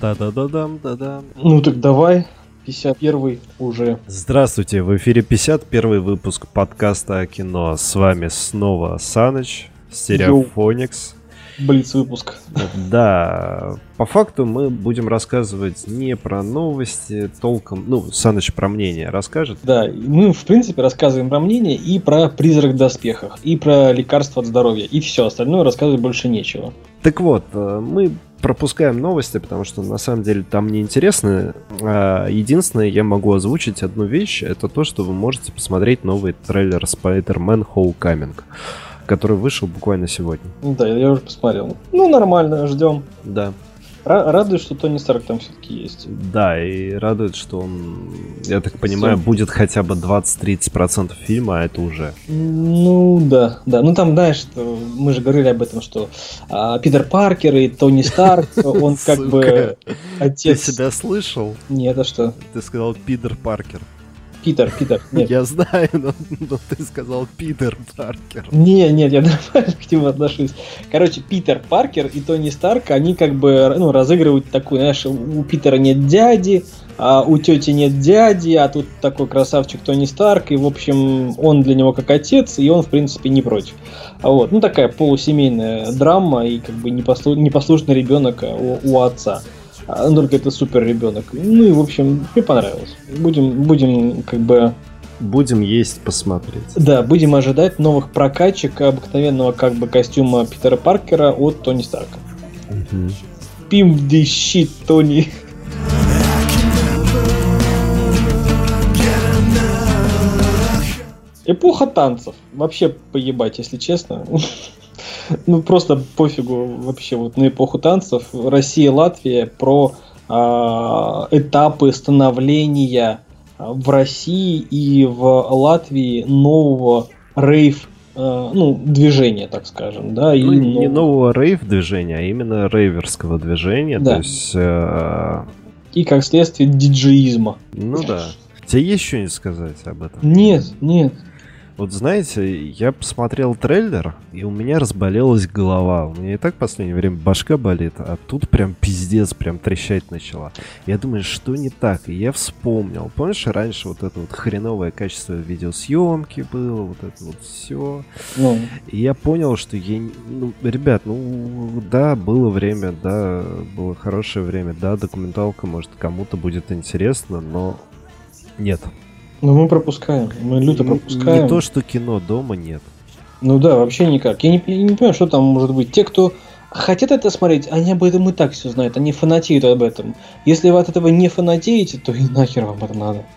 Та-да-да-дам, да-дам. Ну так давай, 51-й уже. Здравствуйте, в эфире 51-й выпуск подкаста о кино. С вами снова Саныч, Стереофоникс. Блиц-выпуск. Да, по факту мы будем рассказывать не про новости толком. Ну, Саныч про мнение расскажет. Да, мы в принципе рассказываем про мнение и про призрак в доспехах, и про лекарства от здоровья, и все, остальное рассказывать больше нечего. Так вот, мы пропускаем новости, потому что на самом деле там неинтересно. Единственное, я могу озвучить одну вещь, это то, что вы можете посмотреть новый трейлер Spider-Man Homecoming, который вышел буквально сегодня. Да, я уже посмотрел. Ну, нормально, ждем. Да. Радует, что Тони Старк там все-таки есть. Да, и радует, что он, я так понимаю, будет хотя бы 20-30% фильма, а это уже. Ну, да. Ну, там, знаешь, мы же говорили об этом, что Питер Паркер и Тони Старк, он как бы отец... Ты себя слышал? Нет, а что? Ты сказал Питер Паркер. Питер, нет. Я знаю, но ты сказал Питер Паркер. Нет, я нормально к нему отношусь. Короче, Питер Паркер и Тони Старк, они как бы разыгрывают такую, знаешь, у Питера нет дяди, а у тети нет дяди, а тут такой красавчик Тони Старк, и, в общем, он для него как отец, и он, в принципе, не против. Вот. Ну, такая полусемейная драма, и как бы непослушный ребенок у отца. Только это супер ребенок. Ну и в общем, мне понравилось. Будем как бы... Будем есть, посмотреть. Да, будем ожидать новых прокачек обыкновенного как бы костюма Питера Паркера от Тони Старка. Pimp this shit, Тони. Эпоха танцев. Вообще поебать, если честно. Ну, просто пофигу вообще вот на эпоху танцев. Россия, Латвия про этапы становления в России и в Латвии нового рейв, движения, так скажем. Да, ну, и не нового рейв-движения, а именно рейверского движения. Да. То есть... И, как следствие, диджеизма. Ну да. Тебе есть что-нибудь сказать об этом? Нет. Вот знаете, я посмотрел трейлер, и у меня разболелась голова. У меня и так в последнее время башка болит, а тут прям пиздец, прям трещать начала. Я думаю, что не так? И я вспомнил. Помнишь, раньше вот это вот хреновое качество видеосъемки было, вот это вот все. И я понял, что ребят, да, было время, да, было хорошее время, да, документалка, может, кому-то будет интересно, но нет. Но мы пропускаем, мы люто пропускаем. Не то, что кино, дома нет. Ну да, вообще никак. Я не понимаю, что там может быть. Те, кто хотят это смотреть, они об этом и так все знают, они фанатеют об этом. Если вы от этого не фанатеете, то и нахер вам это надо.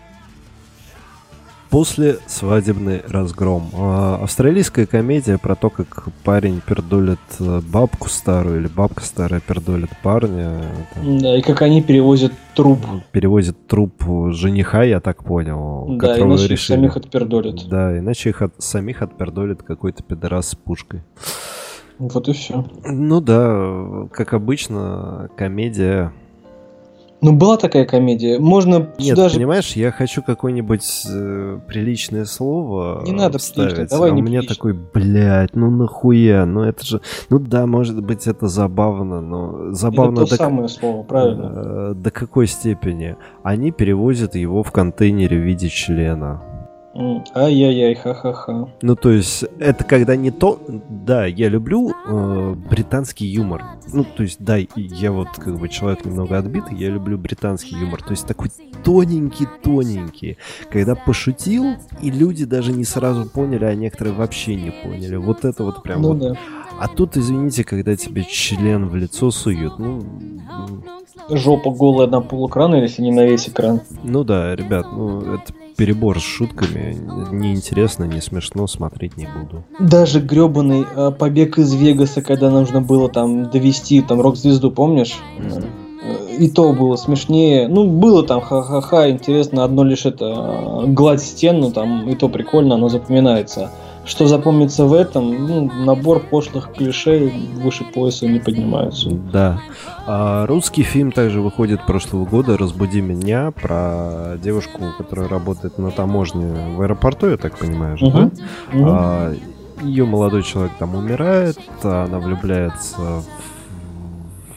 После свадебный разгром. Австралийская комедия про то, как парень пердолит бабку старую, или бабка старая пердолит парня. Да, и как они перевозят труп. Перевозят труп жениха, я так понял. Да, иначе их самих отпердолят. Да, иначе их самих отпердолит какой-то пидорас с пушкой. Вот и все. Ну да, как обычно, комедия... Ну, была такая комедия. Можно Нет, даже... понимаешь, я хочу какое-нибудь приличное слово не надо вставить, прилично, давай а не у меня прилично. такой, блядь, ну нахуя, ну это же... Ну да, может быть, это забавно, но забавно... Это то самое слово, правильно. До какой степени? Они перевозят его в контейнере в виде члена. Ай-яй-яй, ха-ха-ха. Ну, то есть, это когда не то... Да, я люблю британский юмор. Ну, то есть, да, я вот как бы человек немного отбитый, я люблю британский юмор. То есть, такой тоненький-тоненький. Когда пошутил, и люди даже не сразу поняли, а некоторые вообще не поняли. Вот это вот прям Ну вот... да. А тут, извините, когда тебе член в лицо суют, Жопа голая на полэкрана, если не на весь экран. Ну да, ребят, это перебор с шутками. Неинтересно, не смешно, смотреть не буду. Даже гребаный побег из Вегаса, когда нужно было там довести там рок-звезду, помнишь? И то было смешнее. Ну, было там ха-ха-ха, интересно, одно лишь это гладь стену, там, и то прикольно, оно запоминается. Что запомнится в этом? Набор пошлых клише выше пояса не поднимаются. Да. Русский фильм также выходит прошлого года «Разбуди меня», про девушку, которая работает на таможне в аэропорту, я так понимаю же, да? Ее молодой человек там умирает, она влюбляется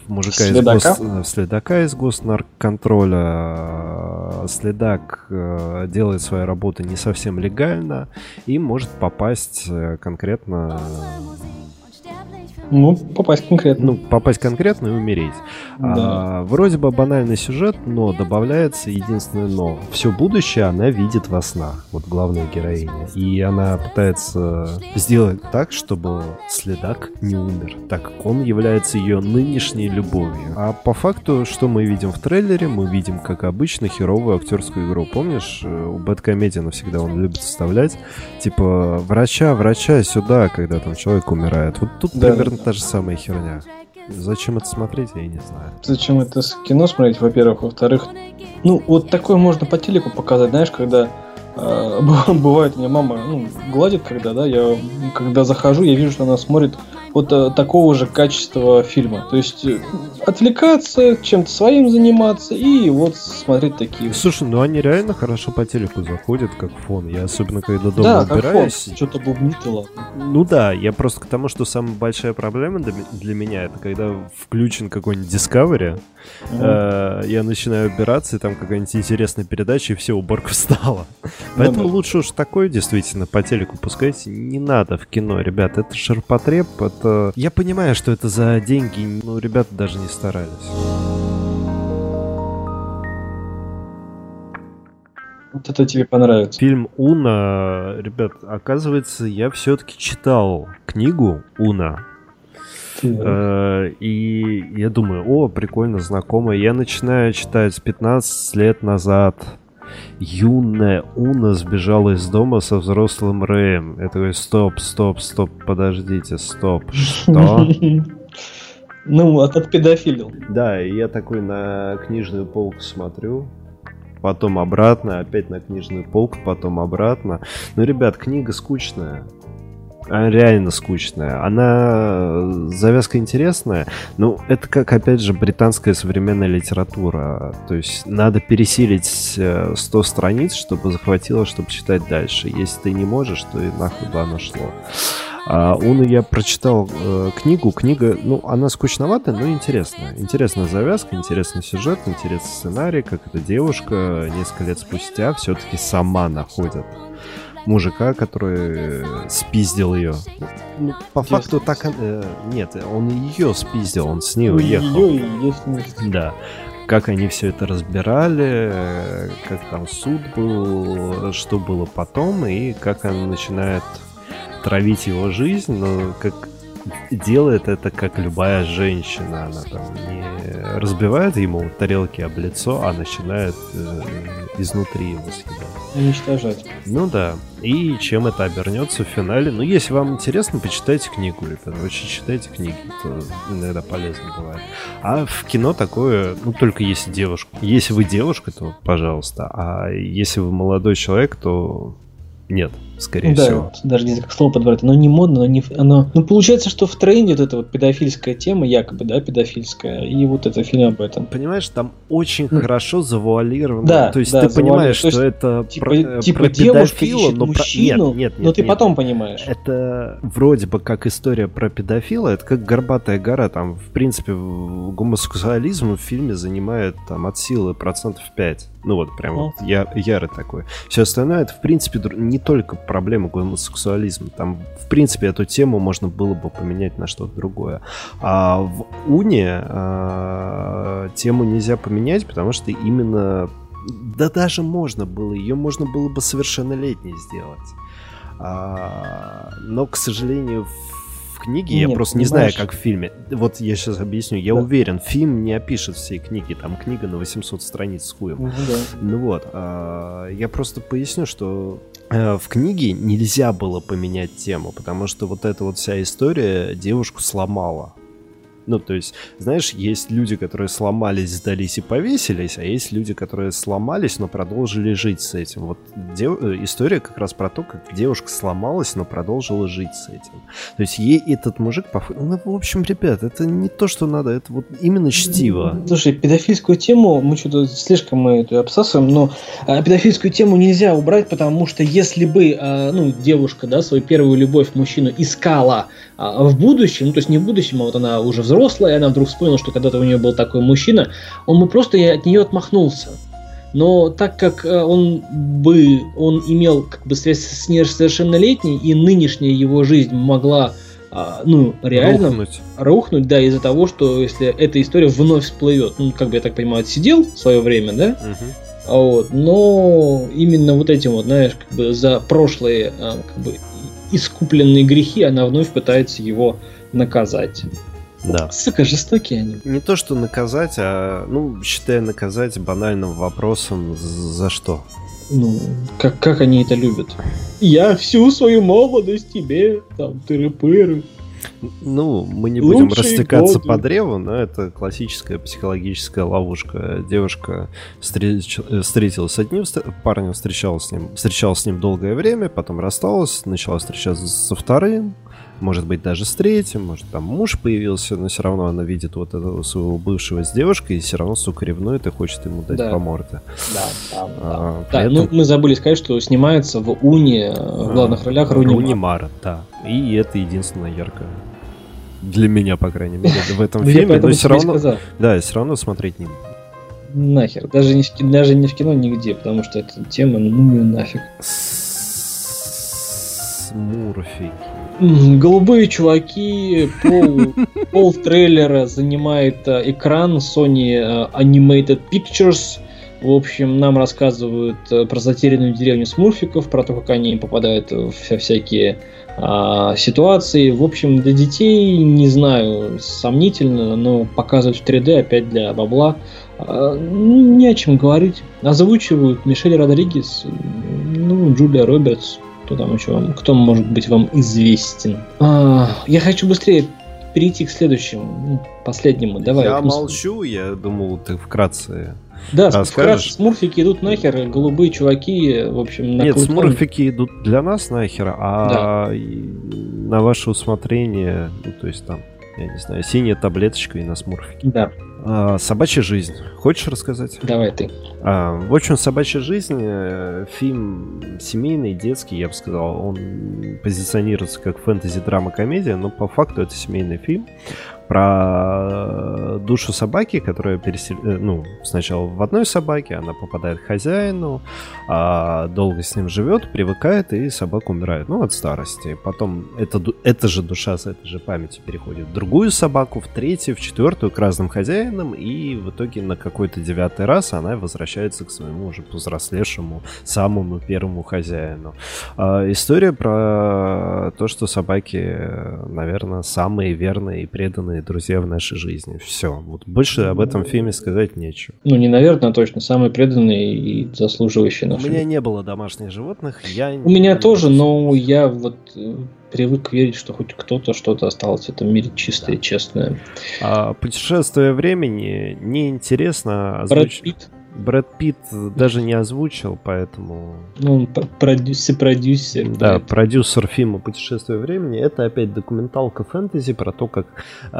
мужика следака из госнарконтроля. Следак делает свою работу не совсем легально и может попасть конкретно... попасть конкретно и умереть. Да. Вроде бы банальный сюжет, но добавляется единственное но. Все будущее она видит во снах. Вот главная героиня. И она пытается сделать так, чтобы следак не умер, так как он является ее нынешней любовью. А по факту, что мы видим в трейлере? Мы видим, как обычно, херовую актерскую игру. Помнишь, у Бэдкомедиана всегда он любит вставлять, типа, врача сюда, когда там человек умирает. Вот тут примерно та же самая херня. Зачем это смотреть, я не знаю. Зачем это кино смотреть, во-первых. Во-вторых, вот такое можно по телеку показать, знаешь, когда бывает, у меня мама гладит, когда, я когда захожу, я вижу, что она смотрит вот такого же качества фильма. То есть отвлекаться, чем-то своим заниматься и вот смотреть такие. Слушай, они реально хорошо по телеку заходят, как фон. Я особенно, когда дома убираюсь. Да, что-то бубнит и ладно. Да, я просто к тому, что самая большая проблема для меня, это когда включен какой-нибудь Discovery, я начинаю убираться, и там какая-нибудь интересная передача, и все, уборка встала. Поэтому лучше уж такое действительно по телеку пускайте. Не надо в кино, ребят, это ширпотреб, это... Я понимаю, что это за деньги, но ребята даже не старались. Вот это тебе понравится. Фильм «Уна», ребят, оказывается, я все-таки читал книгу «Уна». И я думаю, прикольно, знакомо. Я начинаю читать 15 лет назад. Юная Уна сбежала из дома со взрослым Рэем. Я такой, стоп, подождите, стоп. Что? От педофилил. Да, и я такой на книжную полку смотрю, потом обратно, опять на книжную полку, потом обратно. Ребят, книга скучная. Она реально скучная. Она завязка интересная, но это как, опять же, британская современная литература. То есть надо пересилить 100 страниц, чтобы захватило, чтобы читать дальше. Если ты не можешь, то и нахуй бы оно шло. Уну я прочитал книгу. Книга, она скучноватая, но интересная. Интересная завязка, интересный сюжет, интересный сценарий, как эта девушка несколько лет спустя все-таки сама находит мужика, который спиздил ее. По факту так... Нет, он ее спиздил, он с ней уехал. Да. Как они все это разбирали, как там суд был, что было потом, и как она начинает травить его жизнь, но как делает это, как любая женщина. Она там не разбивает ему тарелки об лицо, а начинает изнутри его съедать. Уничтожать. Да. И чем это обернется в финале? Если вам интересно, почитайте книгу, ребята. Очень читайте книги, это иногда полезно бывает. А в кино такое, только если девушка. Если вы девушка, то пожалуйста. А если вы молодой человек, то нет, скорее всего. Даже не знаю, как слово подобрать. Оно не модно, оно... получается, что в тренде вот эта вот педофильская тема, якобы, педофильская, и вот это фильм об этом. Понимаешь, там очень хорошо завуалировано. Да, то есть ты понимаешь, что это про девушка ищет мужчину, нет, но ты потом понимаешь. Это вроде бы как история про педофила, это как «Горбатая гора». Там, в принципе, гомосексуализм в фильме занимает там от силы 5%. Прям ярый такой. Все остальное, это, в принципе, не только проблема гомосексуализма. Там, в принципе, эту тему можно было бы поменять на что-то другое. А в Уне тему нельзя поменять, потому что именно... Да даже можно было. Ее можно было бы совершеннолетней сделать. Но, к сожалению, в книге я просто не знаю, как в фильме. Вот я сейчас объясню. Я уверен, фильм не опишет всей книги. Там книга на 800 страниц с хуем. Я просто поясню, что в книге нельзя было поменять тему, потому что вот эта вот вся история девушку сломала. То есть, знаешь, есть люди, которые сломались, сдались и повесились, а есть люди, которые сломались, но продолжили жить с этим. Вот история как раз про то, как девушка сломалась, но продолжила жить с этим. То есть ей этот мужик... в общем, ребят, это не то, что надо, это вот именно чтиво. Слушай, педофильскую тему, мы что-то слишком мы это обсасываем, но педофильскую тему нельзя убрать, потому что если бы девушка, свою первую любовь мужчину искала в будущем, то есть не в будущем, а вот она уже взрослая, и она вдруг вспомнила, что когда-то у нее был такой мужчина, он бы просто от нее отмахнулся. Но так как он имел как бы связь с несовершеннолетней, и нынешняя его жизнь могла реально рухнуть, да, из-за того, что если эта история вновь всплывет, как бы, я так понимаю, отсидел в свое время, да, но именно вот этим вот, знаешь, как бы за прошлые как бы искупленные грехи она вновь пытается его наказать. Да. Сука, жестокие они. Не то, что наказать, а, считай, наказать банальным вопросом за что. Как они это любят. Я всю свою молодость тебе, там, тыры-пыры. Мы не будем растекаться по древу, но это классическая психологическая ловушка. Девушка встретилась с одним парнем, встречалась с ним долгое время, потом рассталась, начала встречаться со вторым, может быть, даже с третьим, может, там муж появился, но все равно она видит вот этого своего бывшего с девушкой и все равно, сука, ревнует и хочет ему дать по морде. Да. Мы забыли сказать, что снимается в Уни, в главных ролях Руни Мара, да. И это единственное яркое. Для меня, по крайней мере, в этом фильме. Но все равно, все равно смотреть не буду. Нахер. Даже не в кино, нигде, потому что эта тема, нафиг. Смурфики. Голубые чуваки, пол трейлера занимает экран Sony Animated Pictures. В общем, нам рассказывают про затерянную деревню смурфиков, про то, как они попадают в всякие ситуации. В общем, для детей, не знаю, сомнительно, но показывают в 3D опять для бабла. Не о чем говорить. Озвучивают Мишель Родригес, Джулия Робертс. Кто там еще кто может быть вам известен? Я хочу быстрее перейти к следующему, последнему. Давай. Я молчу, я думал, ты вкратце. Да, вкратце, смурфики идут нахер, голубые чуваки, в общем, Нет, смурфики идут для нас нахер, на ваше усмотрение, то есть там, я не знаю, синяя таблеточка и на смурфики. Да. «Собачья жизнь». Хочешь рассказать? Давай ты. В общем, «Собачья жизнь» фильм семейный, детский, я бы сказал. Он позиционируется как фэнтези-драма-комедия, но по факту это семейный фильм про душу собаки, которая сначала в одной собаке, она попадает к хозяину, долго с ним живет, привыкает, и собака умирает, от старости. Потом эта же душа с этой же памятью переходит в другую собаку, в третью, в четвертую, к разным хозяинам, и в итоге на какой-то 9-й раз она возвращается к своему уже повзрослевшему, самому первому хозяину. История про то, что собаки, наверное, самые верные и преданные друзья в нашей жизни. Все. Вот больше об этом фильме сказать нечего. Не наверное, а точно. Самые преданные и заслуживающие наши. У меня не было домашних животных. У меня тоже, но я привык верить, что хоть кто-то что-то осталось в этом мире чистое и честное. «Путешествие времени» неинтересно озвучить. Брэд Питт даже не озвучил, поэтому... Он продюсер. Да, продюсер фильма «Путешествие времени». Это опять документалка фэнтези про то, как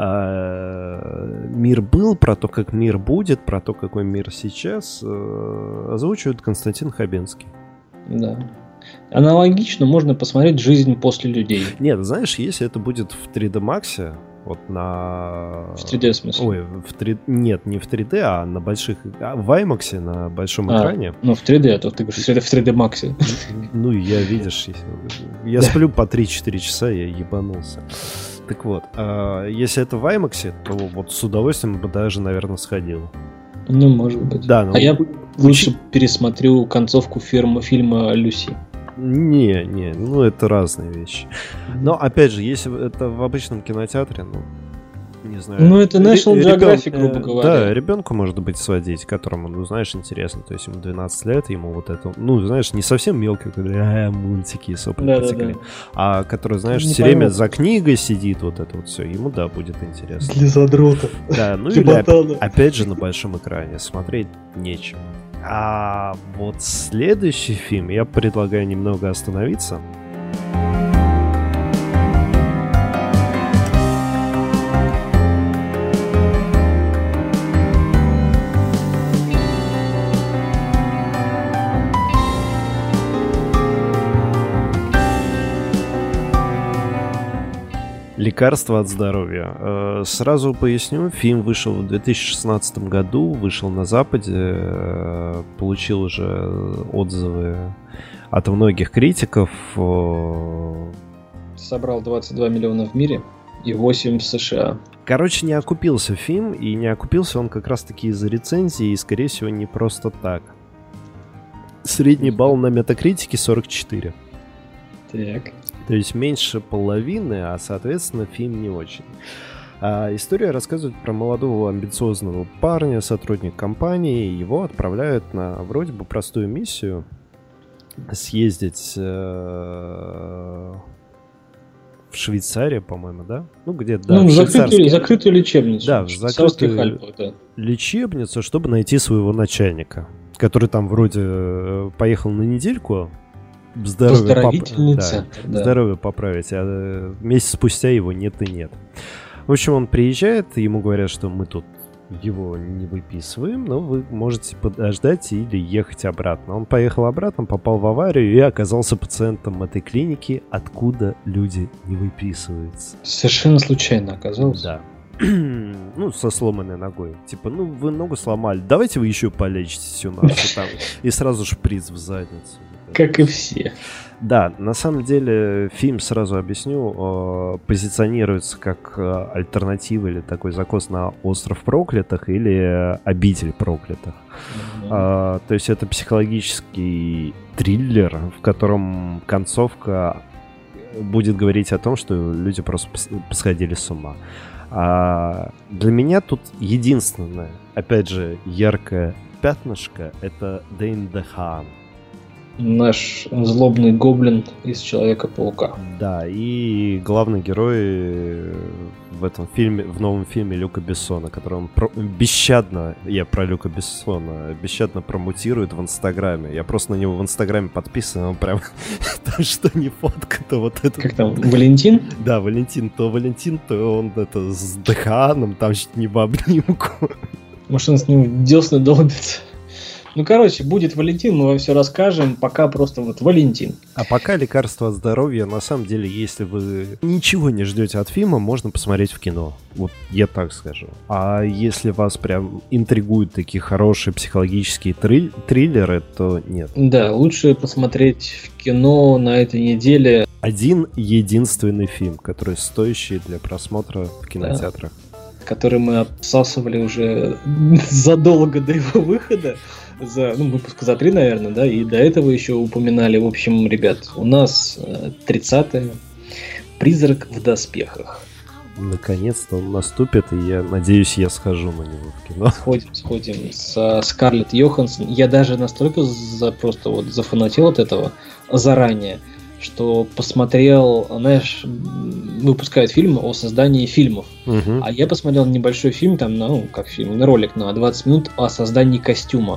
мир был, про то, как мир будет, про то, какой мир сейчас. Озвучивает Константин Хабенский. Да. Аналогично можно посмотреть «Жизнь после людей». Нет, знаешь, если это будет в 3D Max, в 3D в смысле? Ой, нет, не в 3D, а на больших... в IMAX, на большом экране. В 3D, а то ты говоришь, в 3D Max. Я, видишь, я сплю по 3-4 часа, я ебанулся. Так вот, если это в IMAX, то вот с удовольствием бы даже, наверное, сходил. Может быть. Да, я лучше пересмотрю концовку фильма «Люси». Не, это разные вещи. Но, опять же, если это в обычном кинотеатре, не знаю. Это National Geographic, грубо говоря. Да, ребенку, может быть, сводить, которому, интересно. То есть ему 12 лет, ему вот это, не совсем мелкий, когда мультики и сопли потекли. А который, знаешь, все время за книгой сидит, вот это вот все. Ему, да, будет интересно. Для задротов. Да, или опять же на большом экране. Смотреть нечего. А вот следующий фильм я предлагаю немного остановиться. Лекарство от здоровья. Сразу поясню, фильм вышел в 2016 году, вышел на Западе, получил уже отзывы от многих критиков. Собрал 22 миллиона в мире и 8 в США. Короче, не окупился фильм, и не окупился он как раз-таки из-за рецензии, и, скорее всего, не просто так. Средний балл на Метакритике 44. Так. То есть меньше половины, а, соответственно, фильм не очень. История рассказывает про молодого амбициозного парня, сотрудника компании. Его отправляют на вроде бы простую миссию съездить в Швейцарию, по-моему, да? Ну, где-то, да. Ну, закрытую лечебницу. Да, в закрытую лечебницу, чтобы найти своего начальника, который там вроде поехал на недельку, здоровье поправить, а месяц спустя его нет и нет. В общем, он приезжает, ему говорят, что мы тут его не выписываем, но вы можете подождать или ехать обратно. Он поехал обратно, попал в аварию и оказался пациентом этой клиники, откуда люди не выписываются. Совершенно случайно оказался? Да. Ну, со сломанной ногой. Типа, ну, вы ногу сломали, давайте вы еще полечитесь у нас. И сразу шприц в задницу. Как и все. Да, на самом деле фильм, сразу объясню, позиционируется как альтернатива или такой закос на «Остров проклятых» или «Обитель проклятых». То есть это психологический триллер, в котором концовка будет говорить о том, что люди просто посходили с ума. Для меня тут единственное, опять же, яркое пятнышко — это Дэйн Дэхан. Наш злобный гоблин из Человека-паука. Да, и главный герой в этом фильме, в новом фильме Люка Бессона, который он бесщадно, я про Люка Бессона, бесщадно промутирует в Инстаграме. Я просто на него в Инстаграме подписан, он прям там что не фотка, то вот это... Как там, Валентин? Да, Валентин, то он это с Деханом, там чуть не в обнимку. Может, он с ним в десны долбится. Ну, короче, будет Валентин, мы вам все расскажем. Пока просто вот Валентин. А пока «Лекарство от здоровья», на самом деле, если вы ничего не ждете от фильма, можно посмотреть в кино. Вот я так скажу. А если вас прям интригуют такие хорошие психологические триллеры, то нет. Да, лучше посмотреть в кино на этой неделе. Один единственный фильм, который стоящий для просмотра в кинотеатрах. Да. Который мы обсасывали уже задолго до его выхода. Выпуска за 3, наверное, да, и до этого еще упоминали. В общем, ребят, у нас 30-е «Призрак в доспехах». Наконец-то он наступит, и я надеюсь, я схожу на него в кино. Сходим со Скарлетт Йоханссон. Я даже настолько просто вот зафанател от этого заранее, что посмотрел, знаешь, выпускают фильм о создании фильмов. А я посмотрел небольшой фильм, там, ролик на 20 минут о создании костюма.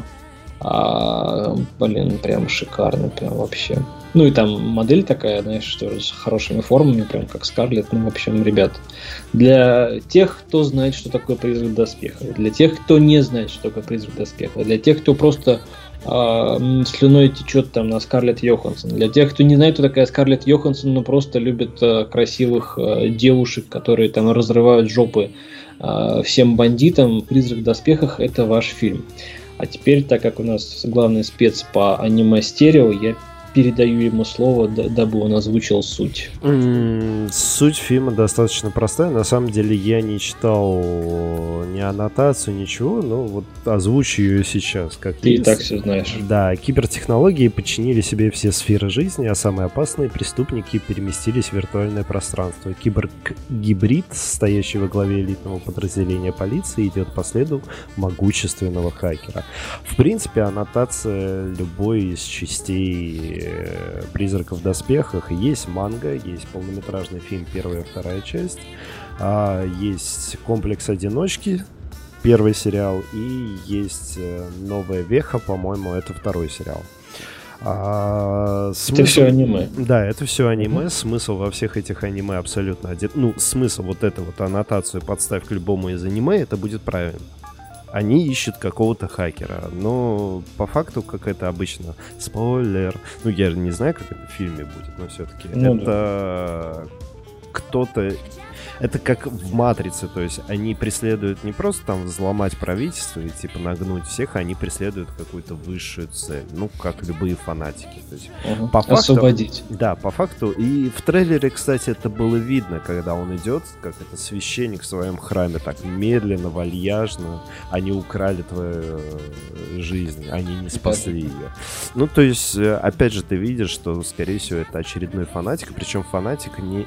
Прям шикарно, прям вообще. Ну и там модель такая, знаешь, тоже с хорошими формами, прям как Скарлетт. Ну, в общем, ребят, для тех, кто знает, что такое «Призрак в доспехах», для тех, кто не знает, что такое «Призрак в доспехах», для тех, кто просто слюной течет там на Скарлетт Йоханссон, для тех, кто не знает, кто такая Скарлетт Йоханссон, но просто любит красивых девушек, которые там разрывают жопы всем бандитам, «Призрак в доспехах» — это ваш фильм. А теперь, так как у нас главный спец по аниме-стерео, я передаю ему слово, дабы он озвучил суть. Суть фильма достаточно простая. На самом деле я не читал ни аннотацию, ничего, но вот озвучу ее сейчас. Как Ты и так все знаешь. Да, кибертехнологии подчинили себе все сферы жизни, а самые опасные преступники переместились в виртуальное пространство. Киборг-гибрид, стоящий во главе элитного подразделения полиции, идет по следу могущественного хакера. В принципе, аннотация любой из частей «Призраков в доспехах». Есть манга, есть полнометражный фильм, первая и вторая часть, есть «Комплекс одиночки», первый сериал, и есть «Новая веха», по-моему, это второй сериал. Это все аниме. Да, это все аниме. Смысл во всех этих аниме абсолютно один. Ну, смысл вот эту вот аннотацию подставь к любому из аниме, это будет правильно. Они ищут какого-то хакера, но по факту, как это обычно, спойлер, ну я же не знаю, как это в фильме будет, но все-таки это кто-то Это как в «Матрице», то есть они преследуют не просто там взломать правительство и типа нагнуть всех, они преследуют какую-то высшую цель, ну, как любые фанатики. То есть, по факту, освободить. Да, по факту. И в трейлере, кстати, это было видно, когда он идет, как это священник в своем храме, так медленно, вальяжно. Они украли твою жизнь, они не спасли ее. Ну, то есть, опять же, ты видишь, что, скорее всего, это очередной фанатик, причем фанатик не...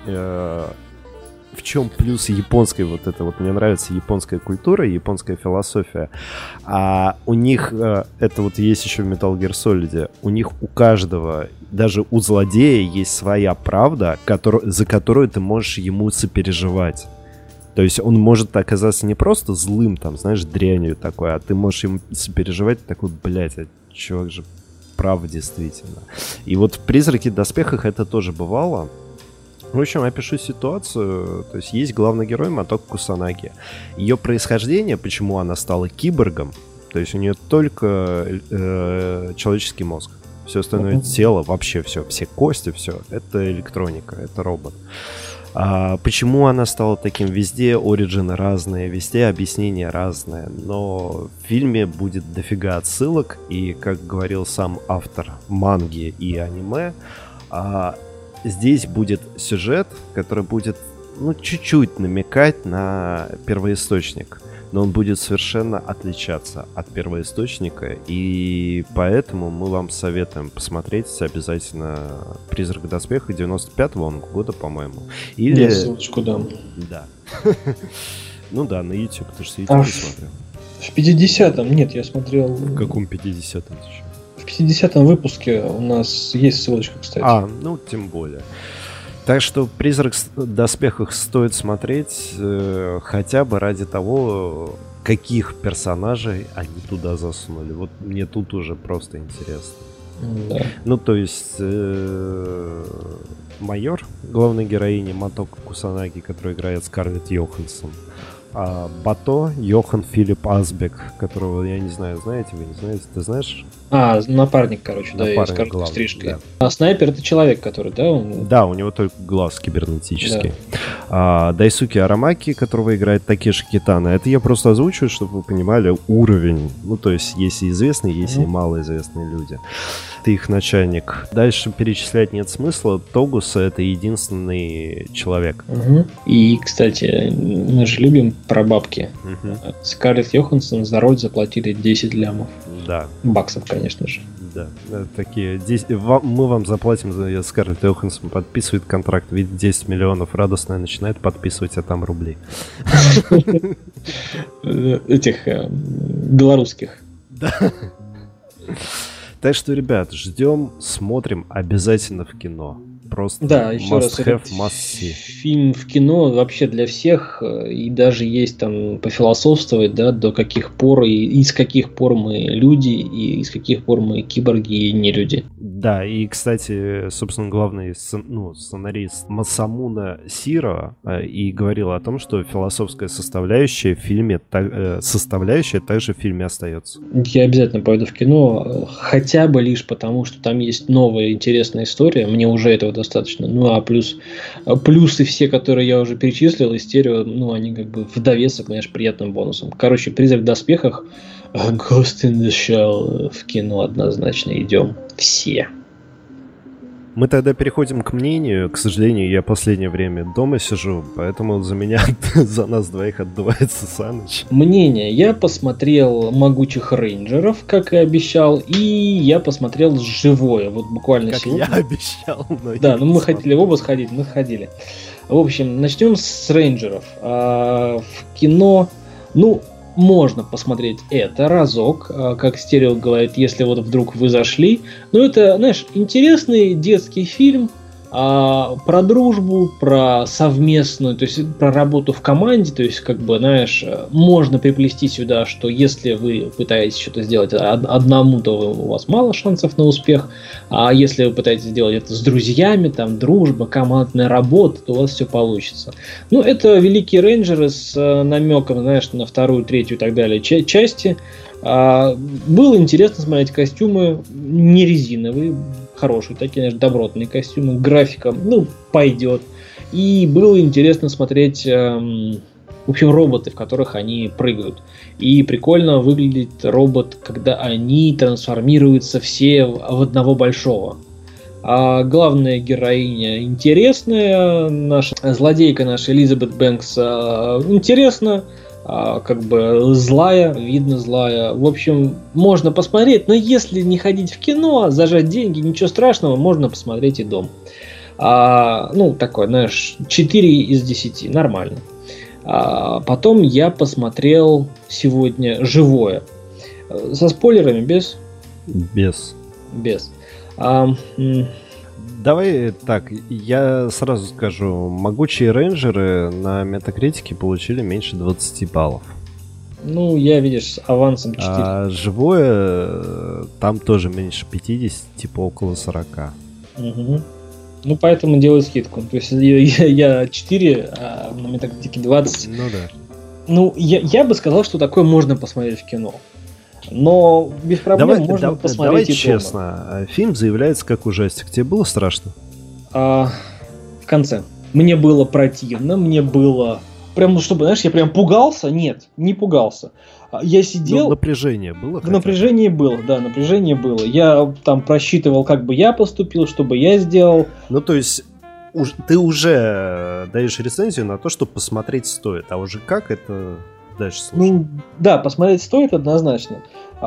В чем плюс японской вот это вот, мне нравится японская культура, японская философия. А у них, это вот есть еще в Metal Gear Solid, у них у каждого, даже у злодея есть своя правда, за которую ты можешь ему сопереживать. То есть он может оказаться не просто злым, там, знаешь, дрянью такой, а ты можешь ему сопереживать такой, блядь, а чувак же прав действительно. И вот в «Призраке в доспехах» это тоже бывало. В общем, опишу ситуацию. То есть есть главный герой Матоко Кусанаги. Ее происхождение, почему она стала киборгом, то есть у нее только человеческий мозг. Все остальное тело, вообще все кости, все, это электроника, это робот. Почему она стала таким? Везде оригины разные, везде объяснения разные, но в фильме будет дофига отсылок, и, как говорил сам автор манги и аниме, здесь будет сюжет, который будет, ну, чуть-чуть намекать на первоисточник, но он будет совершенно отличаться от первоисточника, и поэтому мы вам советуем посмотреть обязательно «Призрак в доспехах» 95-го он года, по-моему. Или... Я ссылочку дам. Да. Ну да, на YouTube, потому что YouTube не смотрел. В 50-м, нет, я смотрел... В каком 50-м еще? В 50-м выпуске у нас есть ссылочка, кстати. Ну, тем более. Так что «Призрак в доспехах» стоит смотреть хотя бы ради того, каких персонажей они туда засунули. Вот мне тут уже просто интересно. Да. Ну, то есть майор, главной героини Матоко Кусанаги, которая играет Скарлетт Йоханссон. А Бато Йохан Филипп Асбек, которого, я не знаю, знаете вы, не знаете, ты знаешь? Напарник, короче, напарник, да, и с короткой стрижкой. Да. А снайпер — это человек, который, да? Да, у него только глаз кибернетический. Да. Дайсуки Арамаки, которого играет Такеши Китано, это я просто озвучиваю, чтобы вы понимали уровень. Ну, то есть, есть и известные, есть и малоизвестные люди. Ты их начальник. Дальше перечислять нет смысла. Тогуса — это единственный человек. И, кстати, мы же любим про бабки. Скарлетт Йоханссон за роль заплатили 10 лямов. Да. Баксов, конечно же. Да, такие. Мы вам заплатим за Скарлетт Йоханссон, подписывает контракт, видит 10 миллионов, радостно начинает подписывать, а там рубли. Этих белорусских. Да. Так что, ребят, ждем, смотрим обязательно в кино. Просто да, еще раз, фильм в кино вообще для всех, и даже есть там пофилософствовать, да, до каких пор и из каких пор мы люди, и из каких пор мы киборги и не люди. Да, и, кстати, собственно, главный сценарист Масамуна Сиро и говорил о том, что философская составляющая в фильме также в фильме остается. Я обязательно пойду в кино, хотя бы лишь потому, что там есть новая интересная история, мне уже этого достаточно. Ну, а плюсы все, которые я уже перечислил, и стерео, ну, они как бы в довесок, знаешь, приятным бонусом. Короче, «Призрак в доспехах», Ghost in the Shell в кино однозначно идем все. Мы тогда переходим к мнению. К сожалению, я последнее время дома сижу, поэтому за меня, за нас двоих отдувается Саныч. Мнение. Я посмотрел «Могучих рейнджеров», как и обещал, и я посмотрел «Живое». Вот буквально как сегодня. Я обещал, но да, но мы хотели в оба сходить, мы сходили. В общем, начнем с «Рейнджеров». В кино, можно посмотреть это разок, как Стерео говорит, если вот вдруг вы зашли. Но это, знаешь, интересный детский фильм про дружбу, про совместную, то есть про работу в команде, то есть, как бы, знаешь, можно приплести сюда, что если вы пытаетесь что-то сделать одному, то у вас мало шансов на успех, а если вы пытаетесь сделать это с друзьями, там, дружба, командная работа, то у вас все получится. Ну, это «Великие рейнджеры» с намеком, знаешь, на вторую, третью и так далее части. Было интересно смотреть костюмы, не резиновые, хорошие такие, знаешь, добротные костюмы, графика, пойдет. И было интересно смотреть, в общем, роботы, в которых они прыгают. И прикольно выглядит робот, когда они трансформируются все в одного большого. А главная героиня интересная, наша злодейка, наша Элизабет Бэнкс, интересна, как бы злая, видно злая. В общем, можно посмотреть, но если не ходить в кино, зажать деньги, ничего страшного, можно посмотреть и дома. Такой, знаешь, 4 из 10, нормально. Потом я посмотрел сегодня «Живое». Со спойлерами, без? Без. Без. Давай так, я сразу скажу, «Могучие рейнджеры» на Метакритике получили меньше 20 баллов. Ну, я, видишь, с авансом 4. А «Живое» там тоже меньше 50, типа около 40. Угу. Ну, поэтому делаю скидку. То есть я 4, а на Метакритике 20. Ну да. Ну, я бы сказал, что такое можно посмотреть в кино. Но без проблем можно посмотреть давай и дома. честно, фильм заявляется как ужастик. Тебе было страшно? В конце. Мне было противно, мне было... Прям, чтобы, знаешь, я прям пугался? Нет, не пугался. Я сидел... Но напряжение было? Напряжение было, да, напряжение было. Я там просчитывал, как бы я поступил, что бы я сделал. Ну, то есть, ты уже даешь рецензию на то, что посмотреть стоит. А уже как это... Дальше слушай. Ну, да, посмотреть стоит однозначно.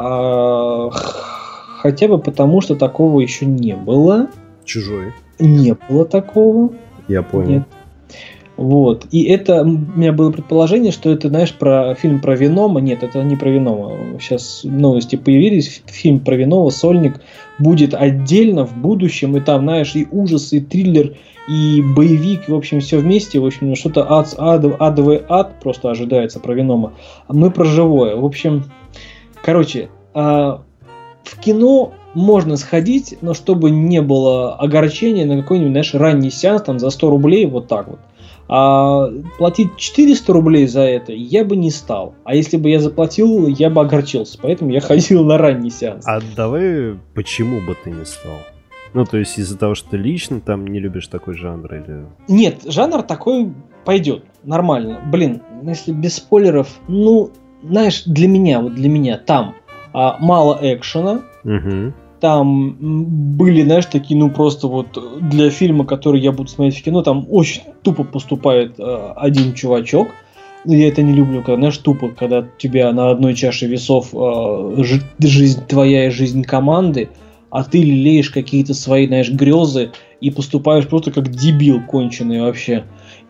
Хотя бы потому, что такого еще не было. «Чужой». Не было такого. Я понял. Нет. Вот. И это, у меня было предположение, что это, знаешь, про фильм про Венома. Нет, это не про Венома. Сейчас новости появились. Фильм про Венома, «Сольник», будет отдельно в будущем. И там, знаешь, и ужас, и триллер, и боевик, в общем, все вместе. В общем, что-то адовый ад просто ожидается про Венома. А мы про «Живое». В общем, короче, в кино можно сходить, но чтобы не было огорчения на какой-нибудь, знаешь, ранний сеанс там за 100 рублей, вот так вот. А платить 400 рублей за это я бы не стал. А если бы я заплатил, я бы огорчился. Поэтому я ходил на ранний сеанс. А давай, почему бы ты не стал? Ну, то есть из-за того, что ты лично там не любишь такой жанр? Или... Нет, жанр такой пойдет. Нормально. Блин, если без спойлеров, ну, знаешь, для меня там мало экшена. Угу. Там были, знаешь, такие, ну, просто вот для фильма, который я буду смотреть в кино, там очень тупо поступает один чувачок. Я это не люблю, когда, знаешь, тупо, когда у тебя на одной чаше весов жизнь твоя и жизнь команды, а ты лелеешь какие-то свои, знаешь, грезы и поступаешь просто как дебил конченый вообще.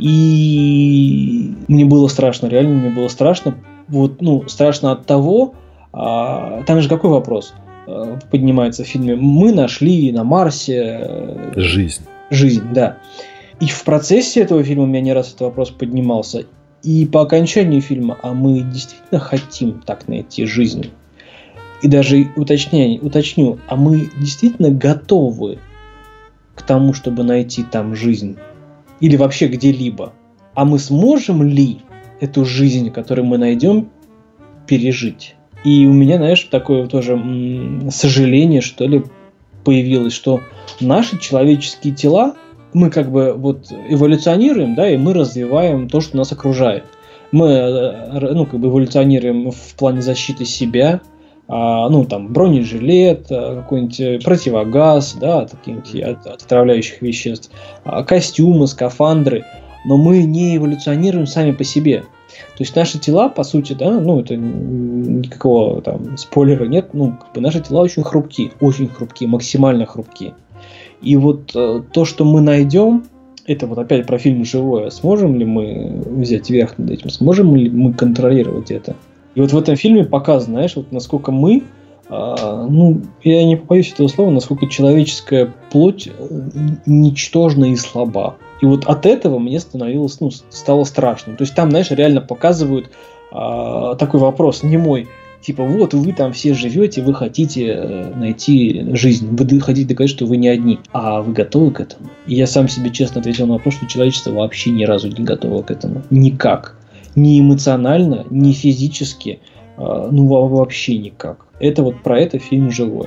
И мне было страшно, реально мне было страшно. Вот, ну, страшно от того, там же какой вопрос поднимается в фильме? Мы нашли на Марсе жизнь, да. И в процессе этого фильма у меня не раз этот вопрос поднимался. И по окончании фильма, а мы действительно хотим так найти жизнь? И даже уточню, а мы действительно готовы к тому, чтобы найти там жизнь? Или вообще где-либо? А мы сможем ли эту жизнь, которую мы найдем, пережить? И у меня, знаешь, такое тоже сожаление, что ли, появилось, что наши человеческие тела, мы как бы вот эволюционируем, да, и мы развиваем то, что нас окружает. Мы, ну, как бы эволюционируем в плане защиты себя, ну, там, бронежилет, какой-нибудь противогаз, да, от отравляющих веществ, костюмы, скафандры, но мы не эволюционируем сами по себе. То есть наши тела, по сути, да, ну, это никакого там спойлера нет, ну, как бы наши тела очень хрупкие, максимально хрупкие. И вот то, что мы найдем, это вот опять про фильм «Живое», сможем ли мы взять верх над этим, сможем ли мы контролировать это? И вот в этом фильме показано, знаешь, вот насколько мы, ну, я не побоюсь этого слова, насколько человеческая плоть ничтожна и слаба. И вот от этого мне становилось, ну, стало страшно. То есть там, знаешь, реально показывают такой вопрос немой. Типа, вот вы там все живете, вы хотите найти жизнь, вы хотите доказать, что вы не одни. А вы готовы к этому? И я сам себе честно ответил на вопрос, что человечество вообще ни разу не готово к этому. Никак. Ни эмоционально, ни физически. Ну, вообще никак. Это вот про это фильм «Живое».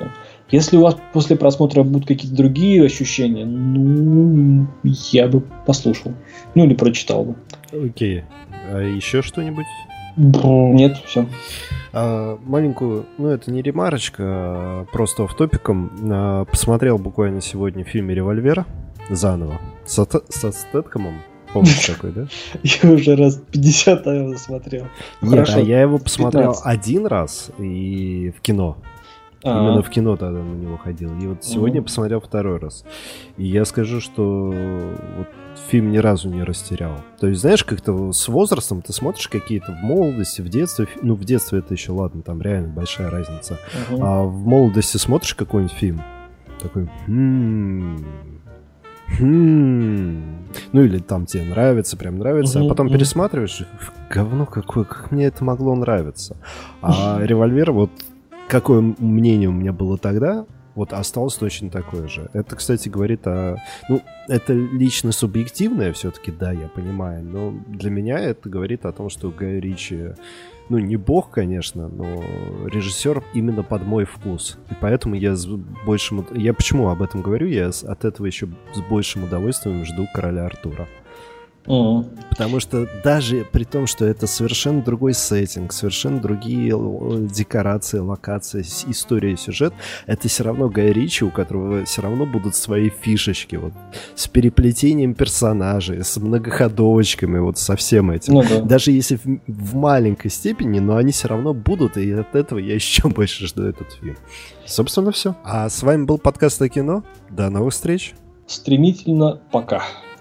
Если у вас после просмотра будут какие-то другие ощущения, ну, я бы послушал. Ну, или прочитал бы. Окей. А еще что-нибудь? Нет, все. Маленькую, ну это не ремарочка, а просто офф-топиком. Посмотрел буквально сегодня фильм «Револьвер» заново. Со Стэтхэмом. Помнишь такой, да? Я уже раз 50, наверное, смотрел. Нет, а я его посмотрел 15. Один раз и в кино. Именно в кино тогда на него ходил. И вот сегодня посмотрел второй раз. И я скажу, что вот фильм ни разу не растерял. То есть, знаешь, как-то с возрастом ты смотришь какие-то в молодости, в детстве. Ну, в детстве это еще ладно, там реально большая разница. А в молодости смотришь какой-нибудь фильм, такой... Ну или там тебе нравится, прям нравится, а потом пересматриваешь, говно какое, как мне это могло нравиться. А «Револьвер», вот какое мнение у меня было тогда, вот осталось точно такое же. Это, кстати, говорит о... Ну, это лично субъективное все-таки, да, я понимаю, но для меня это говорит о том, что Гай Ричи, ну, не бог, конечно, но режиссер именно под мой вкус. И поэтому я с большим... Я почему об этом говорю? Я от этого еще с большим удовольствием жду «Короля Артура». Потому что даже при том, что это совершенно другой сеттинг, совершенно другие декорации, локации, история, сюжет, это все равно Гай Ричи, у которого все равно будут свои фишечки, вот, с переплетением персонажей, с многоходовочками, вот со всем этим. Ну, да. Даже если в маленькой степени, но они все равно будут, и от этого я еще больше жду этот фильм. Собственно, все. А с вами был подкаст о кино. До новых встреч. Стремительно пока.